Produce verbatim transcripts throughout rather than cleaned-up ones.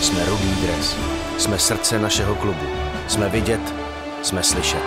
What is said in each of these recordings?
Jsme Rudý dres. Jsme srdce našeho klubu. Jsme vidět, jsme slyšet.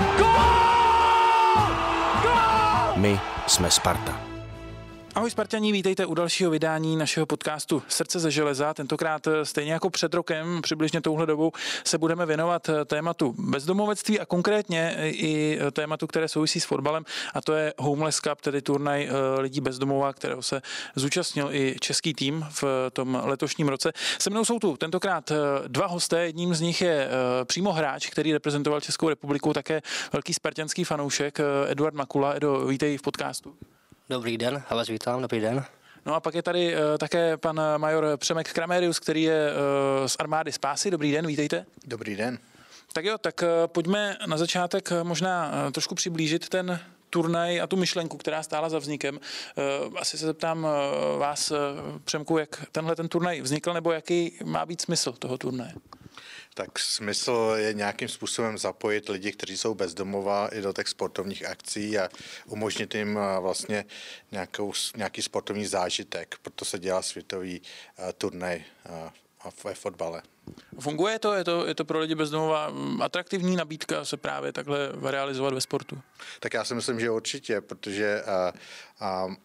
My jsme Sparta. Ahoj Sparťaní, vítejte u dalšího vydání našeho podcastu Srdce ze železa. Tentokrát stejně jako před rokem, přibližně touhle dobou, se budeme věnovat tématu bezdomovectví a konkrétně i tématu, které souvisí s fotbalem, a to je Homeless Cup, tedy turnaj lidí bez domova, kterého se zúčastnil i český tým v tom letošním roce. Se mnou jsou tu tentokrát dva hosté, jedním z nich je přímo hráč, který reprezentoval Českou republiku, také velký spartanský fanoušek Eduard Makula. Edo, vítej v podcastu. Dobrý den, já vás vítám, dobrý den. No a pak je tady uh, také pan major Přemek Kramerius, který je uh, z armády Spásy. Dobrý den, vítejte. Dobrý den. Tak jo, tak uh, pojďme na začátek možná uh, trošku přiblížit ten turnaj a tu myšlenku, která stála za vznikem. Uh, asi se zeptám uh, vás, uh, Přemku, jak tenhle ten turnaj vznikl, nebo jaký má být smysl toho turnaje? Tak smysl je nějakým způsobem zapojit lidi, kteří jsou bezdomova, i do těch sportovních akcí a umožnit jim vlastně nějakou, nějaký sportovní zážitek. Proto se dělá světový uh, turnaj uh, ve fotbale. Funguje to? Je to, je to pro lidi bezdomova atraktivní nabídka se právě takhle realizovat ve sportu? Tak já si myslím, že určitě, protože uh, uh,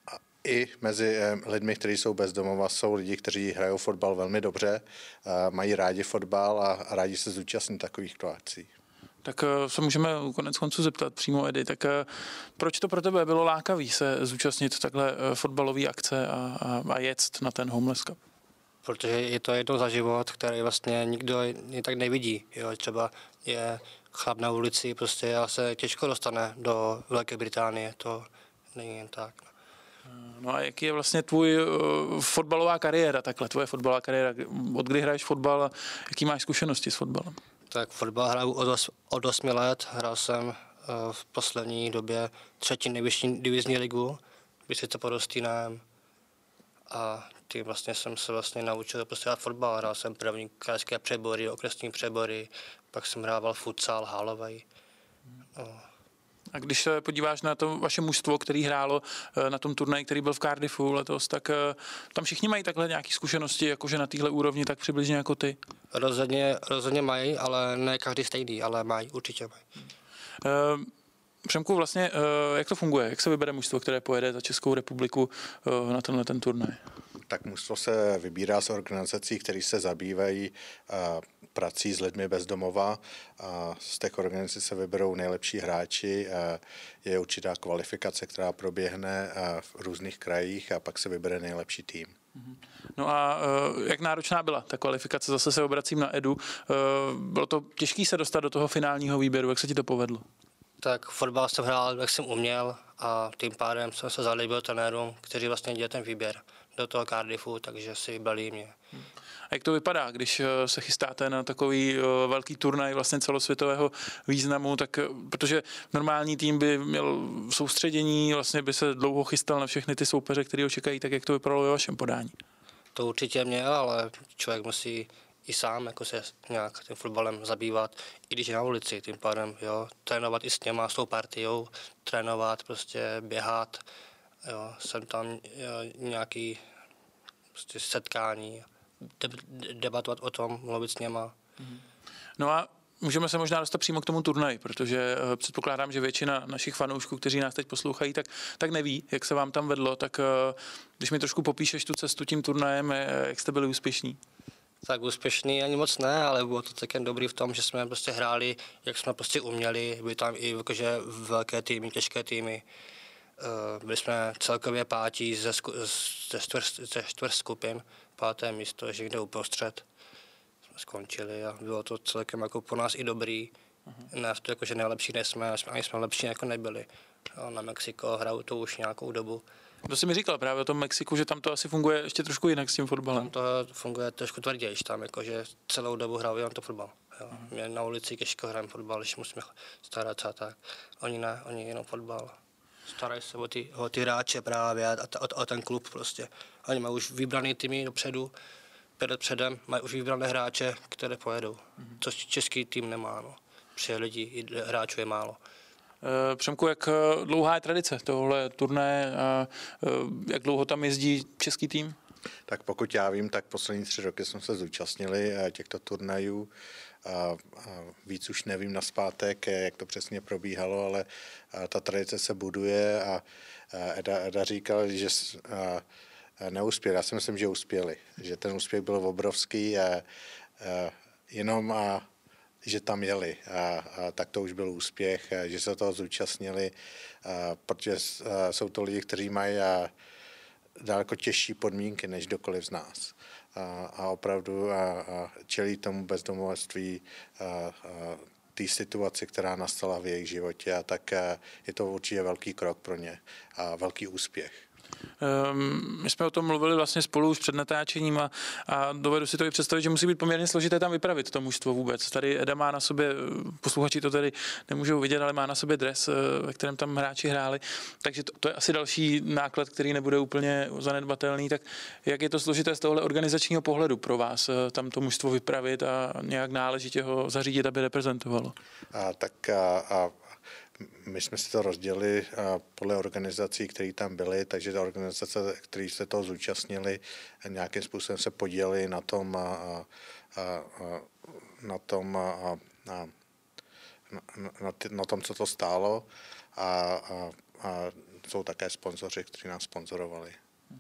i mezi lidmi, kteří jsou bezdomova, jsou lidi, kteří hrajou fotbal velmi dobře, mají rádi fotbal a rádi se zúčastní takovýchto akcí. Tak se můžeme konec konců zeptat přímo, Edy, tak proč to pro tebe bylo lákavý se zúčastnit takhle fotbalové akce a, a, a jet na ten Homeless Cup? Protože je to jednou za život, který vlastně nikdo je tak nevidí. Jo? Třeba je chlap na ulici, prostě a se těžko dostane do Velké Británie, to není jen tak. No a jaký je vlastně tvůj uh, fotbalová kariéra, takhle tvoje fotbalová kariéra? Od kdy hraješ fotbal a jaký máš zkušenosti s fotbalem? Tak fotbal hraju od, os, od osmi let, hrál jsem uh, v poslední době třetí nejvyšší divizní ligu, Bystrica pod Hostýnem, a tím vlastně jsem se vlastně naučil prostě hrát fotbal. Hrál jsem první krajské přebory, okresní přebory, pak jsem hrával futsal, hálovej. No. A když se podíváš na to vaše mužstvo, který hrálo na tom turnaji, který byl v Cardiffu letos, tak tam všichni mají takhle nějaké zkušenosti, jakože na téhle úrovni, tak přibližně jako ty? Rozhodně, rozhodně mají, ale ne každý stejný, ale mají, určitě mají. Uh, Přemku, vlastně, uh, jak to funguje? Jak se vybere mužstvo, které pojede za Českou republiku uh, na tenhle ten turnaj? Tak mužstvo se vybírá z organizací, které se zabývají uh, prací s lidmi bez domova. A z těch organizací se vyberou nejlepší hráči. Uh, je určitá kvalifikace, která proběhne uh, v různých krajích a pak se vybere nejlepší tým. No a uh, jak náročná byla ta kvalifikace? Zase se obracím na Edu. Uh, bylo to těžké se dostat do toho finálního výběru. Jak se ti to povedlo? Tak fotbal jsem hrál, jak jsem uměl, a tím pádem jsem se zalíbil trenérům, kteří vlastně dělají ten výběr do toho Cardiffu, takže si vybrali mě. A jak to vypadá, když se chystáte na takový velký turnaj vlastně celosvětového významu, tak protože normální tým by měl soustředění, vlastně by se dlouho chystal na všechny ty soupeře, který ho čekají, tak jak to vypadalo ve vašem podání? To určitě měl, ale člověk musí i sám jako se nějak tím fotbalem zabývat, i když je na ulici, tím pádem, jo, trénovat i s těma, s tou partiou, trénovat, prostě běhat, jo, jsem tam jo, nějaký prostě setkání, debatovat o tom, mluvit s něma. No a můžeme se možná dostat přímo k tomu turnaji, protože uh, předpokládám, že většina našich fanoušků, kteří nás teď poslouchají, tak, tak neví, jak se vám tam vedlo, tak uh, když mi trošku popíšeš tu cestu tím turnajem, jak jste byli úspěšní? Tak úspěšný ani moc ne, ale bylo to taky dobrý v tom, že jsme prostě hráli, jak jsme prostě uměli, byly tam i jakože velké týmy, těžké týmy. Byli jsme celkově pátí ze, ze, čtvrt, ze čtvrt skupin, páté místo, že někde uprostřed jsme skončili a bylo to celkem jako po nás i dobrý. Uh-huh. Ne, to jakože nejlepší nejsme, ani jsme lepší jako nebyli. Jo, na Mexiko hraju to už nějakou dobu. To jsi mi říkal právě o tom Mexiku, že tam to asi funguje ještě trošku jinak s tím fotbalem. Tam to funguje trošku tvrdější, tam jakože celou dobu hraju jenom to fotbal. Jo. Uh-huh. Mě na ulici těžko hrajeme fotbal, když musíme starat se a tak. Oni ne, oni jenom fotbal. Starají se o ty, o ty hráče právě a t, o, o ten klub prostě. Oni mají už vybraný týmy dopředu, pět let předem, mají už vybrané hráče, které pojedou. Mm-hmm. Což český tým nemá, no. Při lidí hráčů je málo. E, Přemku, jak dlouhá je tradice tohle turné a jak dlouho tam jezdí český tým? Tak pokud já vím, tak poslední tři roky jsme se zúčastnili těchto turnajů. A, a víc už nevím nazpátek, jak to přesně probíhalo, ale ta tradice se buduje a Eda, Eda říkal, že neuspěli. Já si myslím, že uspěli. Že ten úspěch byl obrovský a, a jenom a že tam jeli a, a tak to už byl úspěch, a že se toho zúčastnili, a, protože a, jsou to lidi, kteří mají a, daleko těžší podmínky než kdokoliv z nás. A, a opravdu a, a čelí tomu bezdomovectví, a, a té situaci, která nastala v jejich životě, a tak a je to určitě velký krok pro ně a velký úspěch. Um, my jsme o tom mluvili vlastně spolu už před natáčením a, a dovedu si to i představit, že musí být poměrně složité tam vypravit to mužstvo vůbec. Tady Eda má na sobě, posluchači to tady nemůžou vidět, ale má na sobě dres, ve kterém tam hráči hráli, takže to, to je asi další náklad, který nebude úplně zanedbatelný. Tak jak je to složité z tohohle organizačního pohledu pro vás tam to mužstvo vypravit a nějak náležitě ho zařídit, aby reprezentovalo? A tak a, a my jsme si to rozdělili podle organizací, které tam byly, takže ta organizace, které se toho zúčastnili, nějakým způsobem se podíleli na tom, a, a, a, na tom, a, a, na, na, na tom, co to stálo, a, a, a jsou také sponzoři, kteří nás sponzorovali.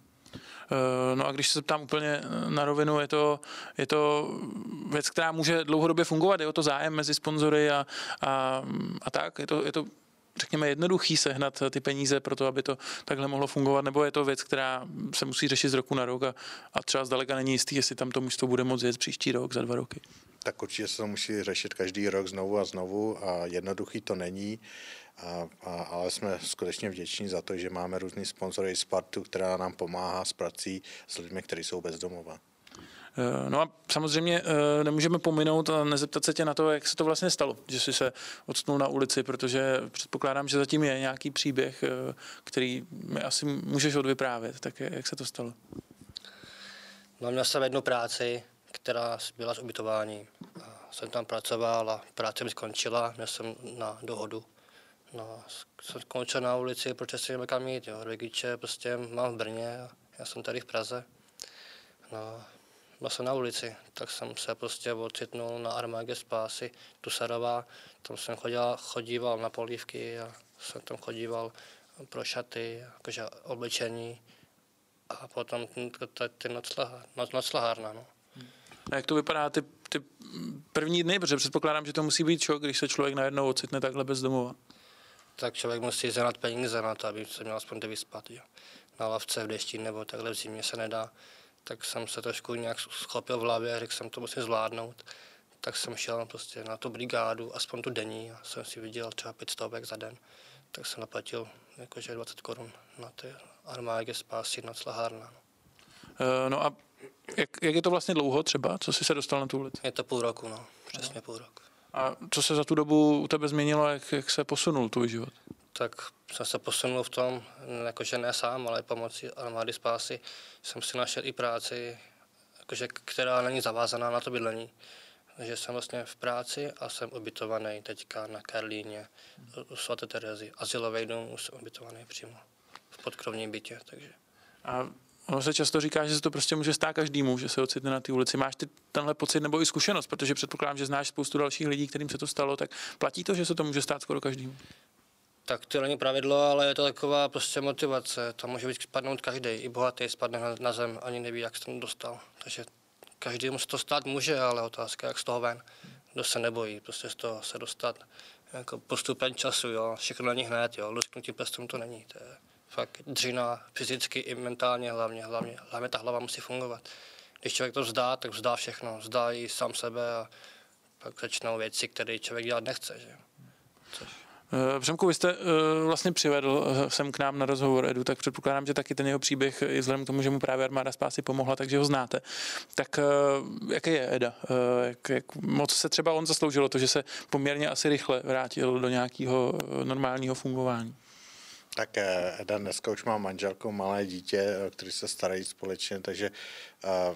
No a když se ptám úplně na rovinu, je to, je to věc, která může dlouhodobě fungovat, je o to zájem mezi sponzory a, a, a tak, je to, je to řekněme jednoduchý sehnat ty peníze pro to, aby to takhle mohlo fungovat, nebo je to věc, která se musí řešit z roku na rok a, a třeba zdaleka není jistý, jestli tam to mužstvo bude moct jet příští rok, za dva roky. Tak určitě se to musí řešit každý rok znovu a znovu a jednoduchý to není, a, a, ale jsme skutečně vděční za to, že máme různý sponzory Spartu, která nám pomáhá s prací s lidmi, kteří jsou bezdomova. No a samozřejmě nemůžeme pominout a nezeptat se tě na to, jak se to vlastně stalo, že jsi se odstnul na ulici, protože předpokládám, že zatím je nějaký příběh, který mi asi můžeš odvyprávět. Tak jak se to stalo? No, měl jsem jednu práci, která byla z ubytování. Jsem tam pracoval a práce mi skončila, měl jsem na dohodu. No, jsem skončil na ulici, protože si měl kam jít, jo. Rodiče prostě mám v Brně a já jsem tady v Praze. No, byl jsem na ulici, tak jsem se prostě ocitnul na armádě Spásy Tusarová. Tam jsem chodil, chodíval na polívky a jsem tam chodíval pro šaty, jakože oblečení a potom ty noclahárna. No. A jak to vypadá ty, ty první dny, protože předpokládám, že to musí být šok, když se člověk najednou ocitne takhle bez domova. Tak člověk musí zjenat peníze na to, aby se měl aspoň vyspat. Jo. Na lavce v dešti nebo takhle v zimě se nedá. Tak jsem se trošku nějak schopil v hlavě a řekl jsem, to musím zvládnout. Tak jsem šel prostě na tu brigádu, aspoň tu denní, a jsem si viděl třeba pět stovek za den. Tak jsem naplatil jakože dvacet korun na ty armádě Spásy noclahárna. No. Uh, no a jak, jak je to vlastně dlouho třeba, co jsi se dostal na tu ulici? Je to půl roku, no, přesně no. půl roku. A co se za tu dobu u tebe změnilo, jak, jak se posunul tvůj život? Tak jsem se posunul v tom, jakože ne sám, ale pomocí armády Spásy jsem si našel i práci, jakože, která není zavázaná na to bydlení. Takže jsem vlastně v práci a jsem ubytovaný teďka na Karlíně u svaté Terezy. Azylový dům, jsem ubytovaný přímo v podkrovním bytě. Takže. A ono se často říká, že se to prostě může stát každému, že se ocitne na té ulici. Máš ty tenhle pocit nebo i zkušenost, protože předpokládám, že znáš spoustu dalších lidí, kterým se to stalo, tak platí to, že se to může stát skoro každému? Tak to není pravidlo, ale je to taková prostě motivace. To může být spadnout každý, i bohatý spadne na, na zem, ani neví, jak se tam dostal. Takže každému se to stát může, ale otázka, jak z toho ven. Kdo se nebojí, prostě z toho se dostat jako postupem času, jo. Všechno není hned, jo. Lusknutí prstem to není. To je fakt dřina fyzicky i mentálně hlavně, hlavně. Hlavně ta hlava musí fungovat. Když člověk to vzdá, tak vzdá všechno. Vzdá i sám sebe a pak začnou věci, které člověk dělat nechce, že? Což... Přemku, vy jste uh, vlastně přivedl sem k nám na rozhovor Edu, tak předpokládám, že taky ten jeho příběh, i vzhledem k tomu, že mu právě armáda Spásy pomohla, takže ho znáte. Tak uh, jaký je Eda? Uh, jak, jak moc se třeba on zasloužilo to, že se poměrně asi rychle vrátil do nějakého normálního fungování? Tak Eda dneska už má manželku, malé dítě, který se starají společně, takže uh,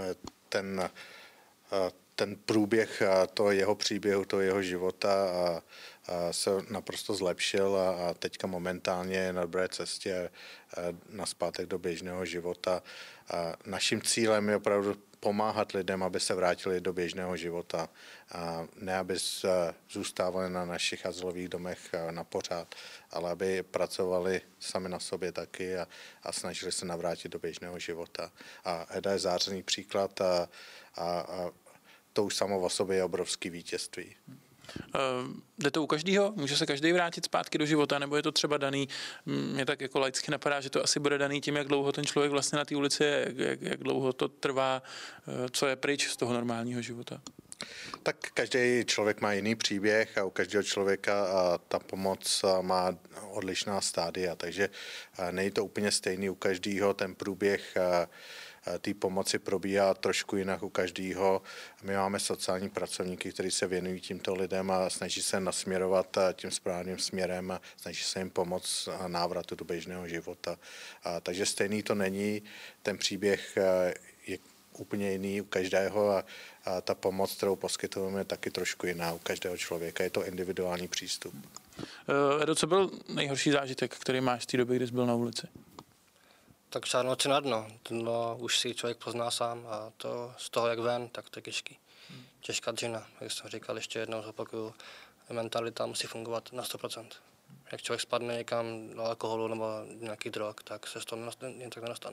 ten... Uh, ten průběh toho jeho příběhu, toho jeho života a, a se naprosto zlepšil a, a teďka momentálně je na dobré cestě naspátek do běžného života Naším cílem je opravdu pomáhat lidem, aby se vrátili do běžného života. Ne, aby zůstávali na našich azylových domech na pořád, ale aby pracovali sami na sobě taky a, a snažili se navrátit do běžného života. A Eda je zářený příklad a, a, a to už samo o sobě je obrovský vítězství. Uh, jde to u každého? Může se každý vrátit zpátky do života, nebo je to třeba daný, mě tak jako laicky napadá, že to asi bude daný tím, jak dlouho ten člověk vlastně na té ulici je, jak, jak, jak dlouho to trvá, uh, co je pryč z toho normálního života? Tak každý člověk má jiný příběh a u každého člověka ta pomoc má odlišná stádia, takže není to úplně stejný u každého, ten průběh té pomoci probíhá trošku jinak u každého. My máme sociální pracovníky, kteří se věnují tímto lidem a snaží se nasměrovat tím správným směrem a snaží se jim pomoct návratu do běžného života. A takže stejný to není, ten příběh je úplně jiný u každého a, a ta pomoc, kterou poskytujeme, je taky trošku jiná u každého člověka. Je to individuální přístup. Edo, co byl nejhorší zážitek, který máš z té doby, kdy jsi byl na ulici? Tak šáhnout si na dno. Dno už si člověk pozná sám a to z toho, jak ven, tak to je těžký. Těžká dřina, jak jsem říkal, ještě jednou zopakuju, mentalita musí fungovat na sto procent. Jak člověk spadne někam do alkoholu nebo nějaký drog, tak se z toho jen tak nedostane.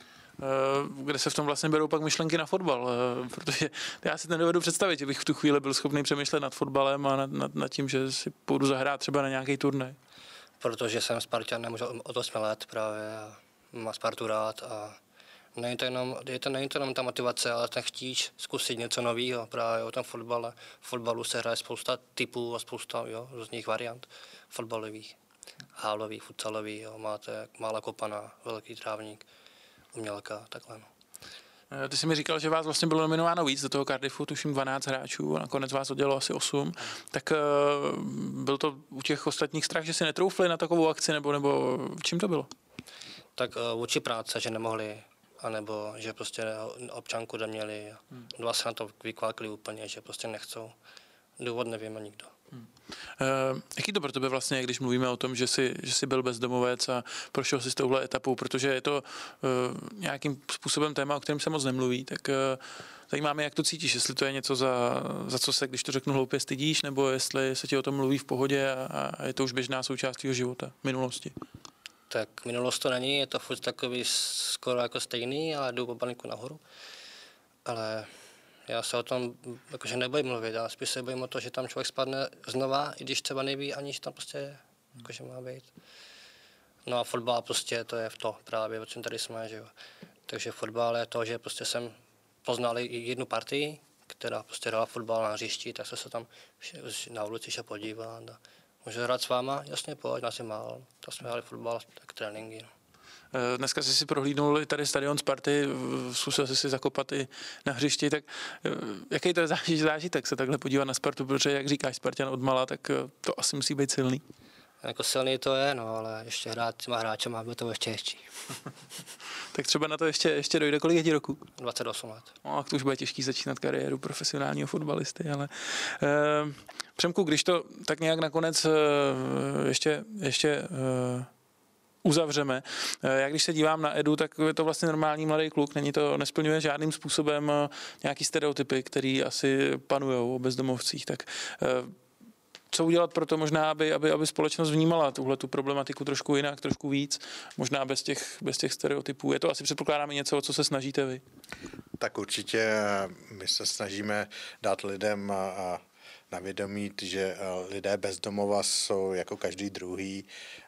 Kde se v tom vlastně berou pak myšlenky na fotbal, protože já si to nedovedu představit, že bych v tu chvíli byl schopný přemýšlet nad fotbalem a nad, nad, nad tím, že si půjdu zahrát třeba na nějaký turnaj. Protože jsem Spartan už od osmi let právě a má Spartu rád a není to jenom, je to, není to jenom ta motivace, ale ten chtíč zkusit něco nového právě o tom fotbale. V fotbalu se hraje spousta typů a spousta jo, různých variant fotbalových, hálových, futsalových, jo, máte malá kopana, velký trávník, umělka, takhle. No. Ty jsi mi říkal, že vás vlastně bylo nominováno víc do toho Cardiffu, tuším dvanáct hráčů a nakonec vás oddělilo asi osm. Tak byl to u těch ostatních strach, že si netroufli na takovou akci, nebo, nebo čím to bylo? Tak vůči práce, že nemohli, anebo že prostě občanku neměli. Hmm. Dva se na to vykvákli úplně, že prostě nechcou. Důvod nevíme nikdo. Hmm. Uh, jaký to pro tebe vlastně je, když mluvíme o tom, že jsi, že jsi byl bezdomovec a prošel si s touhle etapou, protože je to uh, nějakým způsobem téma, o kterém se moc nemluví, tak uh, zajímá mě, jak to cítíš, jestli to je něco, za, za co se, když to řeknu hloupě, stydíš, nebo jestli se ti o tom mluví v pohodě a, a je to už běžná součást tvého života, minulosti. Tak minulost to není, je to furt takový skoro jako stejný, ale jdu po balíku nahoru. Ale já se o tom jakože nebojím mluvit, já spíš se bojím o to, že tam člověk spadne znova, i když třeba neví ani, že tam prostě je, jakože má být. No a fotbal prostě to je v to právě, o čem tady jsme, že jo. Takže fotbal je to, že prostě jsem poznal jednu partii, která prostě hrála fotbal na hřišti, tak se se tam na ulici šel podívat. A můžu hrát s váma? Jasně, pojď, nás je málo. Tak jsme hráli fotbal, tak tréninky. No. Dneska jsi si prohlídnul tady stadion Sparty, zkusil jsi si zakopat i na hřišti, tak jaký to je zážitek se takhle podívat na Spartu, protože jak říkáš Spartan odmala, tak to asi musí být silný. Jako silný to je, no, ale ještě hrát s těma hráčema by to ještě hezčí. Tak třeba na to ještě, ještě dojde, kolik je ti roku? dvacet osm let. No, to už bude těžký začínat kariéru profesionálního fotbalisty, ale eh, Přemku, když to tak nějak nakonec eh, ještě, ještě eh, uzavřeme. Já když se dívám na Edu, tak je to vlastně normální mladý kluk, není to, nesplňuje žádným způsobem nějaký stereotypy, který asi panujou o bezdomovcích, tak co udělat pro to možná, aby, aby, aby společnost vnímala tuhle tu problematiku trošku jinak, trošku víc, možná bez těch, bez těch stereotypů. Je to asi předpokládáme něco, o co se snažíte vy? Tak určitě my se snažíme dát lidem na vědomí, že lidé bezdomova jsou jako každý druhý.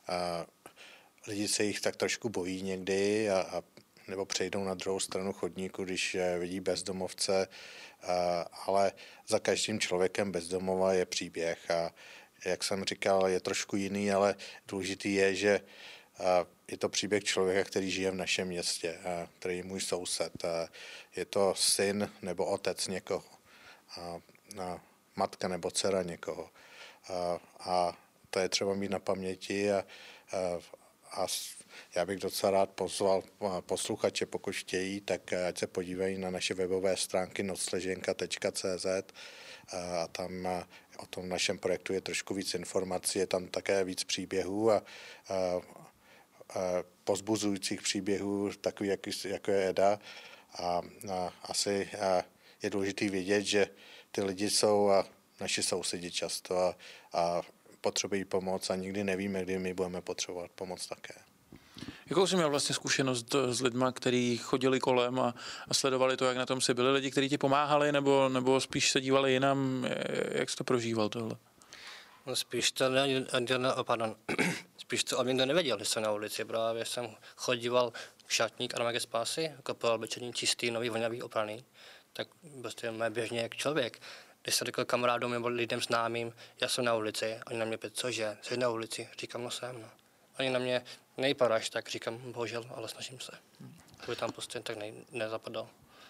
Lidi se jich tak trošku bojí někdy a, a nebo přejdou na druhou stranu chodníku, když vidí bezdomovce, a, ale za každým člověkem bezdomova je příběh a jak jsem říkal, je trošku jiný, ale důležitý je, že a, je to příběh člověka, který žije v našem městě, a, který je můj soused. A, je to syn nebo otec někoho, a, a, matka nebo dcera někoho. A, a to je třeba mít na paměti a, a A já bych docela rád pozval posluchače, pokud chtějí, tak ať se podívají na naše webové stránky nocleženka tečka cé zet a tam o tom našem projektu je trošku víc informací, je tam také víc příběhů a, a pozbuzujících příběhů, takový, jak, jako je Eda. A, a asi a je důležité vědět, že ty lidi jsou a naši sousedi často a, a potřebují pomoc a nikdy nevíme, kdy my budeme potřebovat pomoc také. Jakou jsi měl vlastně zkušenost s lidma, kteří chodili kolem a, a sledovali to, jak na tom si byli lidi, kteří ti pomáhali, nebo, nebo spíš se dívali jinam? Jak jsi to prožíval tohle? No spíš to, ne, pardon, spíš to o mě nevěděl, když jsem na ulici. Právě jsem chodíval šatník Armády spásy, kopoval oblečení čistý, nový, vonavý, opraný. Tak prostě mě běžně jak člověk. Když jsem řekl kamarádům nebo lidem známým, já jsem na ulici, oni na mě pět, cože, jsi na ulici? Říkám, no jsem, no. Oni na mě nejpadaš, tak říkám, bohužel, ale snažím se. Aby tam prostě tak ne, nezapadal.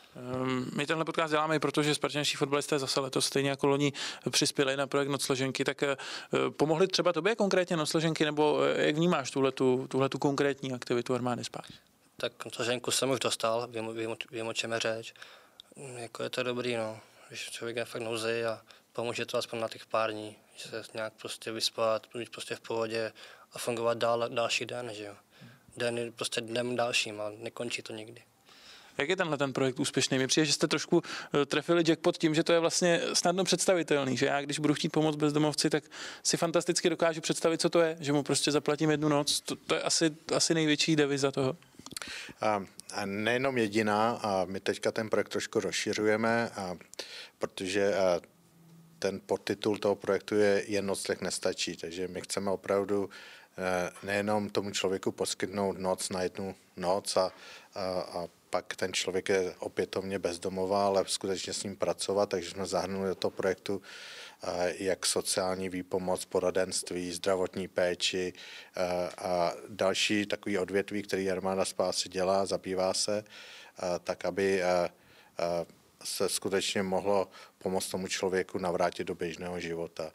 My tenhle podcast děláme i proto, že spartanští fotbalisté zase letos stejně jako loni přispěli na projekt Nocleženky, tak pomohly třeba tobě konkrétně Nocleženky, nebo jak vnímáš tuhletu, tuhletu konkrétní aktivitu Armády spásy? Tak Nocleženku jsem už dostal, vím, vím, vím, o čem je řeč. Jako je to dobrý, no, když člověk je fakt nouzí a pomůže to aspoň na těch pár dní, že se nějak prostě vyspat, být prostě v pohodě a fungovat dál, další den, že jo. Den je prostě dnem dalším a nekončí to nikdy. Jak je tenhle ten projekt úspěšný? Mi přijde, že jste trošku trefili jackpot tím, že to je vlastně snadno představitelný, že já, když budu chtít pomoct bezdomovci, tak si fantasticky dokážu představit, co to je, že mu prostě zaplatím jednu noc. To, to je asi, asi největší deviza toho. A, a nejenom jediná, a my teďka ten projekt trošku rozšiřujeme, a, protože a, ten podtitul toho projektu je Jen nocleh nestačí, takže my chceme opravdu nejenom tomu člověku poskytnout noc na jednu noc a, a, a pak ten člověk je opětovně bezdomová, ale skutečně s ním pracovat, takže jsme zahrnuli do toho projektu jak sociální výpomoc, poradenství, zdravotní péči a další takový odvětví, který Armáda spásy dělá, zabývá se, tak aby se skutečně mohlo pomoct tomu člověku navrátit do běžného života.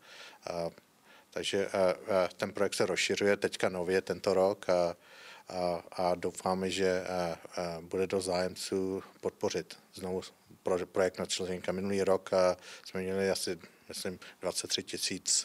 Takže ten projekt se rozšiřuje teďka nově tento rok a, a, a doufáme, že a, a bude do zájemců podpořit znovu projekt Nocleženka. Minulý rok a, jsme měli asi, myslím, dvacet tři tisíc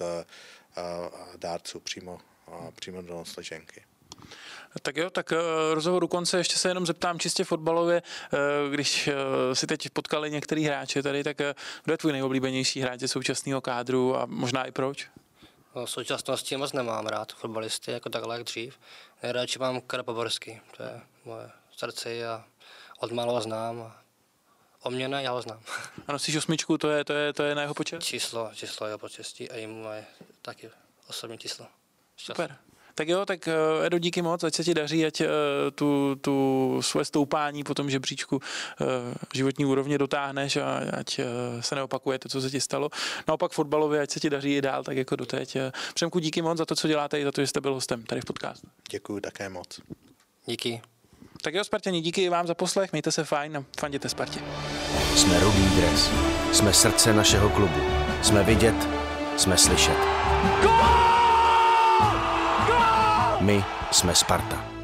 dárců přímo, a, přímo do Nocleženky. Tak jo, tak rozhovor u konce, ještě se jenom zeptám čistě fotbalově, když si teď potkali některý hráče tady, tak kdo je tvůj nejoblíbenější hráč ze současného kádru a možná i proč? V současnosti moc nemám rád fotbalisty, jako takhle jak dřív. Nejradši mám Karel Poborský, to je moje srdce a od málo znám. A o mě ne, já ho znám. A nosíš osmičku, to je, to je, to je na jeho počest? Číslo, číslo jeho počestí a i moje taky osobní číslo. Šťastný. Super. Tak jo, tak Edo, díky moc, ať se ti daří, ať tu, tu svoje stoupání po tom žebříčku životní úrovně dotáhneš a ať se neopakuje to, co se ti stalo. Naopak fotbalově, ať se ti daří i dál, tak jako doteď. Přemku, díky moc za to, co děláte i za to, že jste byl hostem tady v podcastu. Děkuju také moc. Díky. Tak jo, Spartěni, díky i vám za poslech, mějte se fajn a fanděte Spartě. Jsme Rudý dres, jsme srdce našeho klubu, jsme vidět, jsme slyšet. My jsme Sparta.